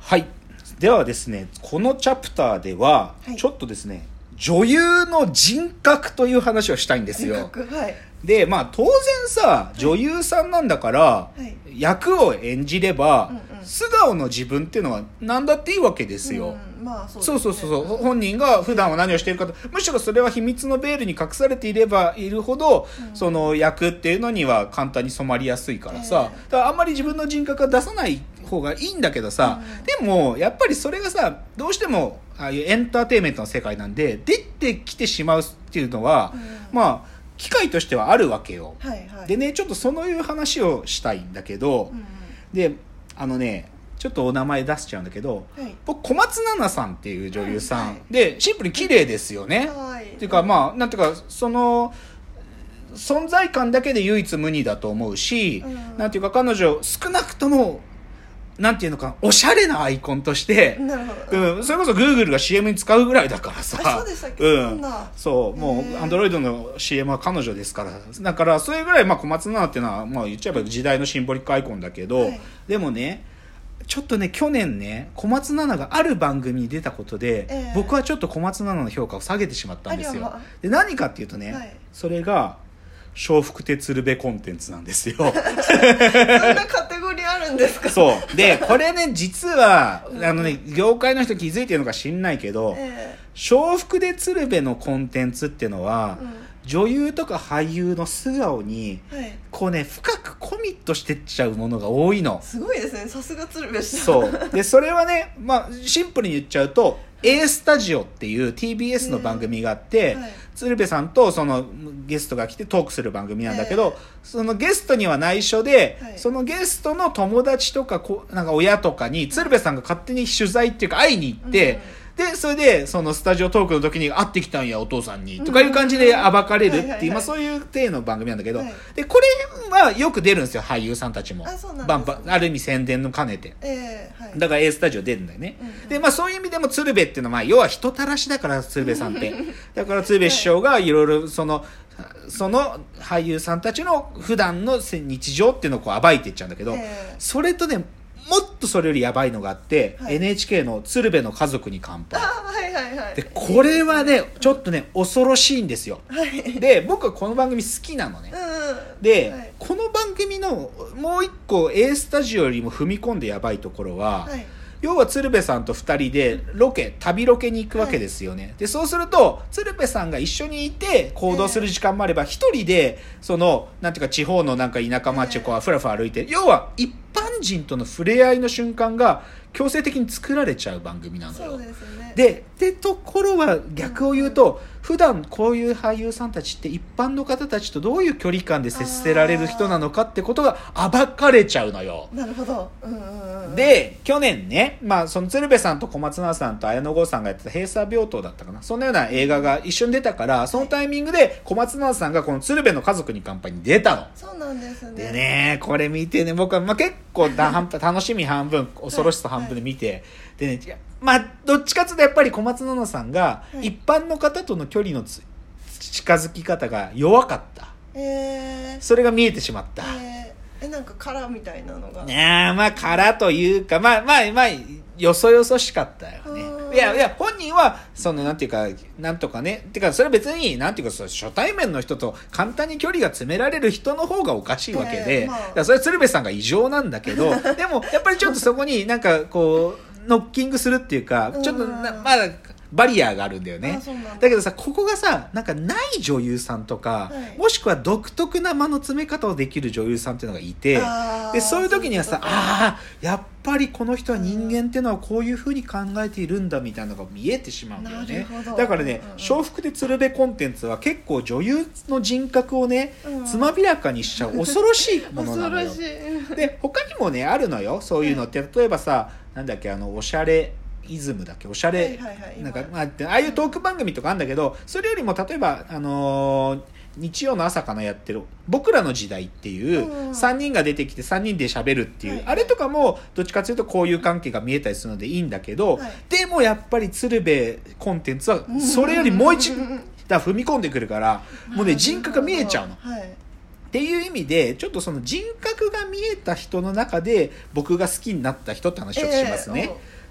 はい。ではですね、このチャプターでは、ちょっとですね、女優の人格という話をしたいんですよ。で、まあ当然さ、女優さんなんだから、役を演じれば、素顔の自分っていうのは何だっていいわけですよ。そう本人が普段は何をしているかと、むしろそれは秘密のベールに隠されていればいるほど、その役っていうのには簡単に染まりやすいからさ、だからあんまり自分の人格は出さない方がいいんだけどさ、でもやっぱりそれがさ、どうしてもああいうエンターテインメントの世界なんで出てきてしまうっていうのは、まあ機会としてはあるわけよ。でね、ちょっとそういう話をしたいんだけど、でちょっとお名前出しちゃうんだけど、僕小松菜奈さんっていう女優さん、でシンプルに綺麗ですよね。っていうかまあなんていうか、その存在感だけで唯一無二だと思うし、なんていうか彼女少なくともなんていうのか、おしゃれなアイコンとして、それこそ Google が CM に使うぐらいだからさ、そう、もう Android の CM は彼女ですから、だからそれぐらいまあ小松菜奈っていうのは、まあ言っちゃえば時代のシンボリックアイコンだけど、でもね、ちょっとね、去年ね、小松菜奈がある番組に出たことで、僕はちょっと小松菜奈の評価を下げてしまったんですよ。で、何かっていうとね、それが笑福亭鶴瓶コンテンツなんですよ。そんなカテゴリーあるんですか？ そうで、これね、実は業界の人気づいてるのか知んないけど、笑福亭鶴瓶のコンテンツっていうのは、女優とか俳優の素顔に、こうね、深くコミットしてっちゃうものが多いの。 すごいですね、さすが鶴瓶さん。 そうで、それはね、まあシンプルに言っちゃうと、A スタジオっていう TBS の番組があって、鶴瓶さんとそのゲストが来てトークする番組なんだけど、そのゲストには内緒で、そのゲストの友達とかなんか親とかに鶴瓶さんが勝手に取材っていうか会いに行って、でそれでそのスタジオトークの時に会ってきたんやお父さんにとかいう感じで暴かれるっていう、まあそういう体の番組なんだけど、でこれはよく出るんですよ、俳優さんたちも。ある意味宣伝の兼ねて、だから A スタジオ出るんだよね。でまあそういう意味でも鶴瓶っていうのは、まあ要は人たらしだから、鶴瓶さんってだから鶴瓶師匠がいろいろその俳優さんたちの普段の日常っていうのをこう暴いていっちゃうんだけど、それとね、もっとそれよりやばいのがあって、NHK の鶴瓶の家族に乾杯。でこれはね、ちょっとね恐ろしいんですよ。で僕はこの番組好きなのね。で、この番組のもう一個 A スタジオよりも踏み込んでやばいところは、要は鶴瓶さんと2人で旅ロケに行くわけですよね。でそうすると鶴瓶さんが一緒にいて行動する時間もあれば、一人でそのなんていうか地方のなんか田舎町をこうふらふら歩いて、要は一般人との触れ合いの瞬間が強制的に作られちゃう番組なのよ。 そうですね。 でところは逆を言うと、普段こういう俳優さんたちって一般の方たちとどういう距離感で接せられる人なのかってことが暴かれちゃうのよ。 なるほど。 で去年ね、まあその鶴瓶さんと小松菜奈さんと綾野剛さんがやってた閉鎖病棟だったかな、そんなような映画が一緒に出たから、そのタイミングで小松菜奈さんがこの鶴瓶の家族に乾杯に出たの。 そうなんですね。 でね、これ見てね、僕はまあ結構楽しみ半分恐ろしさ半分で見て、でね、まあどっちかというとやっぱり小松菜奈さんが一般の方との距離の近づき方が弱かった、それが見えてしまった。 なんか殻みたいなのがまあ殻というか、まあよそよそしかったよね。いや本人はそのなんていうか、なんとかね、ってかそれは別になんていうか、初対面の人と簡単に距離が詰められる人の方がおかしいわけで、だからそれは鶴瓶さんが異常なんだけど、でもやっぱりちょっとそこになんかこうノッキングするっていうか、ちょっとまだバリアがあるんだよね。だけどさ、ここがさ、なんかない女優さんとか、もしくは独特な間の詰め方をできる女優さんっていうのがいて、でそういう時にはさ、やっぱりこの人は人間っていうのはこういう風に考えているんだみたいなのが見えてしまうんだよね。だからね、笑福亭鶴瓶コンテンツは結構女優の人格をね、つまびらかにしちゃう恐ろしいものなのよ。で他にもねあるのよ、そういうのって。例えばさ、なんだっけ、おしゃれイズムだっけ、おしゃれ、なんかああいうトーク番組とかあるんだけど、それよりも例えば日曜の朝かなやってる僕らの時代っていう3人が出てきて3人で喋るっていう、あれとかもどっちかというとこういう関係が見えたりするのでいいんだけど、でもやっぱり鶴瓶コンテンツはそれよりもう一段踏み込んでくるから、もうね人格が見えちゃうの。っていう意味でちょっとその人格が見えた人の中で僕が好きになった人って話をしますね。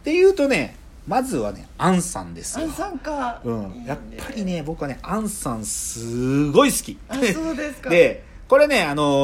っていうとね、まずはねアンさんですよ。 アンさんか、 うん、やっぱりね僕はねアンさんすごい好き。 あ、そうですか。 でこれね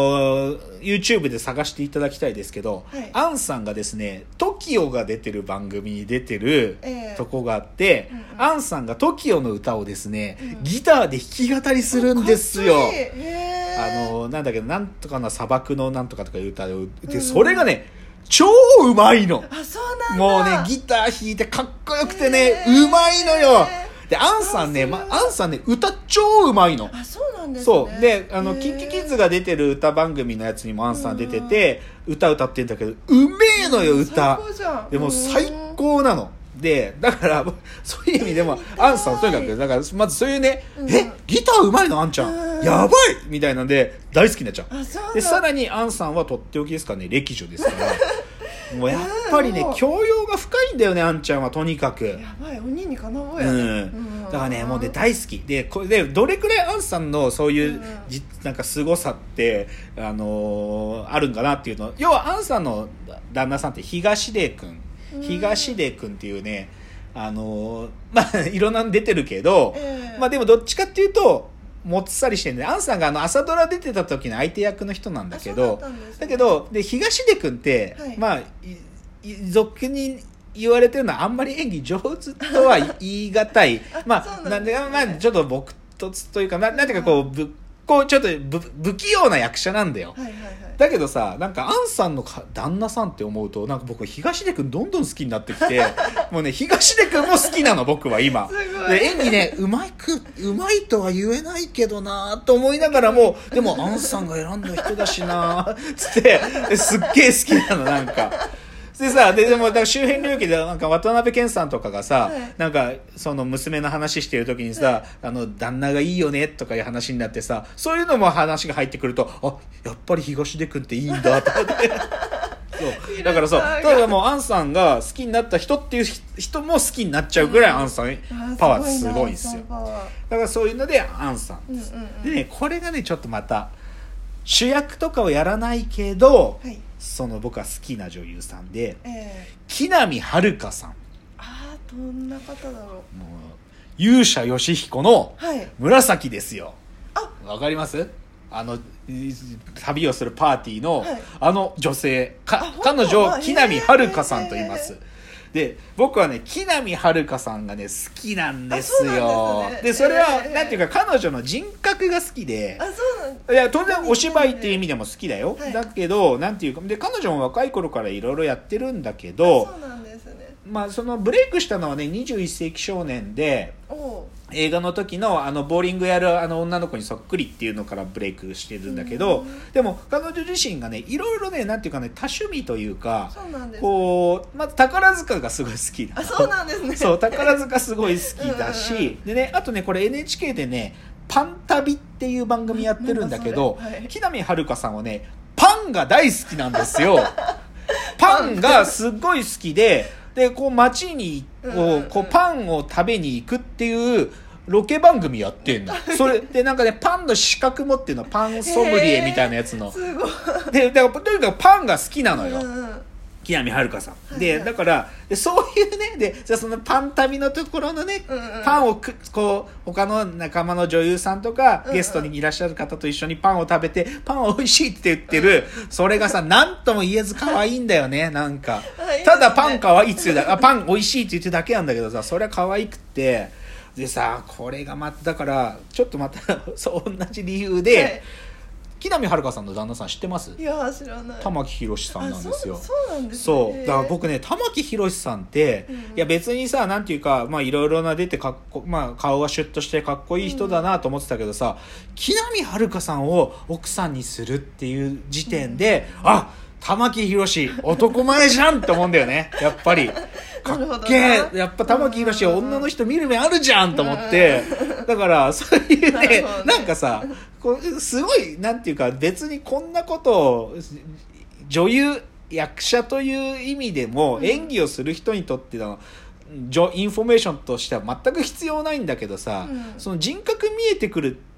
YouTube で探していただきたいですけど、 はい、 アンさんがですね TOKIO が出てる番組に出てるとこがあって、アンさんが TOKIO の歌をですね、ギターで弾き語りするんですよ。なんだけどなんとかな砂漠のなんとかとかいう歌で、それがね超うまいの。 あ、そうなんだ。 もうねギター弾いてかっこよくてね、うまいのよ。でアンさんね、アンさんね歌超うまいの。 あ、そうなんですね。 そうでKinKiKids が出てる歌番組のやつにもアンさん出てて、歌歌ってんだけどうめえのよ歌。 最高じゃん。 でも最高なの。でだからそういう意味でもアンさんとにかくだからまずそういうね、ギターうまいのあんちゃん、やばいみたいなんで大好きになっちゃう。でさらにアンさんはとっておきですからね、歴女ですからもうやっぱりね教養が深いんだよね、あんちゃんは。とにかくやばい、鬼にかなぼうやね、 だからねもうね大好きで、これでどれくらいアンさんのそういう、なんか凄さってあるんかなっていうの。要はアンさんの旦那さんって東出君っていうね、まあいろんなの出てるけど、まあでもどっちかっていうともっさりしてるんで、アンさんが朝ドラ出てた時の相手役の人なんだけど、だけどで東出君って、まあ俗に言われてるのはあんまり演技上手とは言い難いまあなんでまあちょっと朴突というかなんていうかこうちょっと不器用な役者なんだよ。だけどさ、なんかアンさんの旦那さんって思うとなんか僕東出君どんどん好きになってきてもうね東出君も好きなの僕は今。で演技ねうまいとは言えないけどなと思いながらも、でもアンさんが選んだ人だしなつってすっげえ好きなのなんか。でさ、でもだから周辺領域でなんか渡辺謙さんとかがさ、なんかその娘の話してる時にさ、旦那がいいよねとかいう話になってさ、そういうのも話が入ってくると、あ、やっぱり東出君っていいんだと思ってそうだからさ、だからもうアンさんが好きになった人っていう人も好きになっちゃうぐらいアンさんパワーすごいんですよ。だからそういうのでアンさんです、でねこれがねちょっとまた主役とかをやらないけど、その僕は好きな女優さんで、木南晴夏さん。 どんな方だろう。 もう勇者ヨシヒコの紫ですよ。わかります？旅をするパーティーの、女性彼女木南晴夏さんと言います。で僕はね木南晴夏さんがね好きなんですよ。でそれはなんていうか彼女の人格が好きで、いや当然お芝居っていう意味でも好きだよ、だけどなんていうかで彼女も若い頃からいろいろやってるんだけど、まあそのブレイクしたのはね21世紀少年で映画の時のボーリングやる女の子にそっくりっていうのからブレイクしてるんだけど、でも彼女自身がねいろいろねなんていうかね多趣味というか、こうまず宝塚がすごい好きなの。 そうなんですね。 そう宝塚すごい好きだし、でねあとねこれ NHK でねパン旅っていう番組やってるんだけど、木南晴夏さんはねパンが大好きなんですよ。パンがすごい好きでこう街にこうパンを食べに行くっていうロケ番組やってんの。それでなんかねパンの資格持ってるの、パンソムリエみたいなやつの。でだからとにかくパンが好きなのよ、木南晴夏さんで。だからそういうねでじゃあそのパン旅のところのね、パンをこう他の仲間の女優さんとか、ゲストにいらっしゃる方と一緒にパンを食べてパンは美味しいって言ってる、それがさ何とも言えず可愛いんだよね。なんかただパン可愛いって言うパン美味しいって言ってるだけなんだけどさ、それは可愛くってでさ、これがまただからちょっとまたそう同じ理由で、木南晴夏さんの旦那さん知ってます？ いや知らない。 玉木宏さんなんですよ。 そうなんですね。 そうだから僕ね玉木宏さんって、いや別にさなんていうかまあいろいろな出てまあ顔がシュッとしてかっこいい人だなと思ってたけどさ、木南晴夏さんを奥さんにするっていう時点で、玉木宏男前じゃんって思うんだよねやっぱり。かっけえ、やっぱ玉木宏は女の人見る目あるじゃんと思って、だからそういうねなんかさこうすごいなんていうか別にこんなことを女優役者という意味でも演技をする人にとってのインフォメーションとしては全く必要ないんだけどさ、その人格見えてくる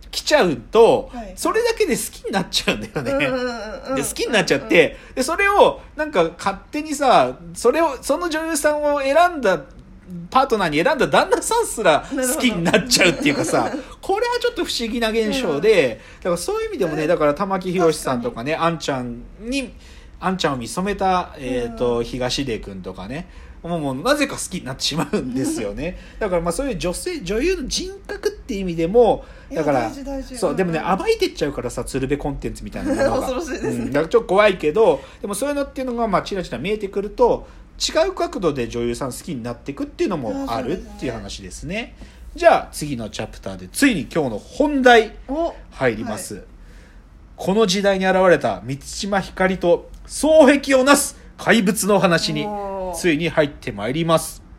来ちゃうと、 はい、 それだけで好きになっちゃうんだよね。で好きになっちゃって、でそれをなんか勝手にさ、その女優さんを選んだパートナーに選んだ旦那さんすら好きになっちゃうっていうかさ、これはちょっと不思議な現象で、だからそういう意味でもね、だから玉木宏さんとかね、あんちゃんを見初めた、東出くんとかね、もうなぜか好きになってしまうんですよね。だからまあそういう女優の人格っていう意味でも、だからそうでもね、暴いてっちゃうからさ、鶴瓶コンテンツみたいなものが恐ろしいですね、 だからちょっと怖いけど、でもそういうのっていうのがまあちらちら見えてくると、違う角度で女優さん好きになっていくっていうのもあるっていう話ですね。じゃあ次のチャプターでついに今日の本題入ります、はい、この時代に現れた満島ひかりと双璧をなす怪物の話についに入ってまいります。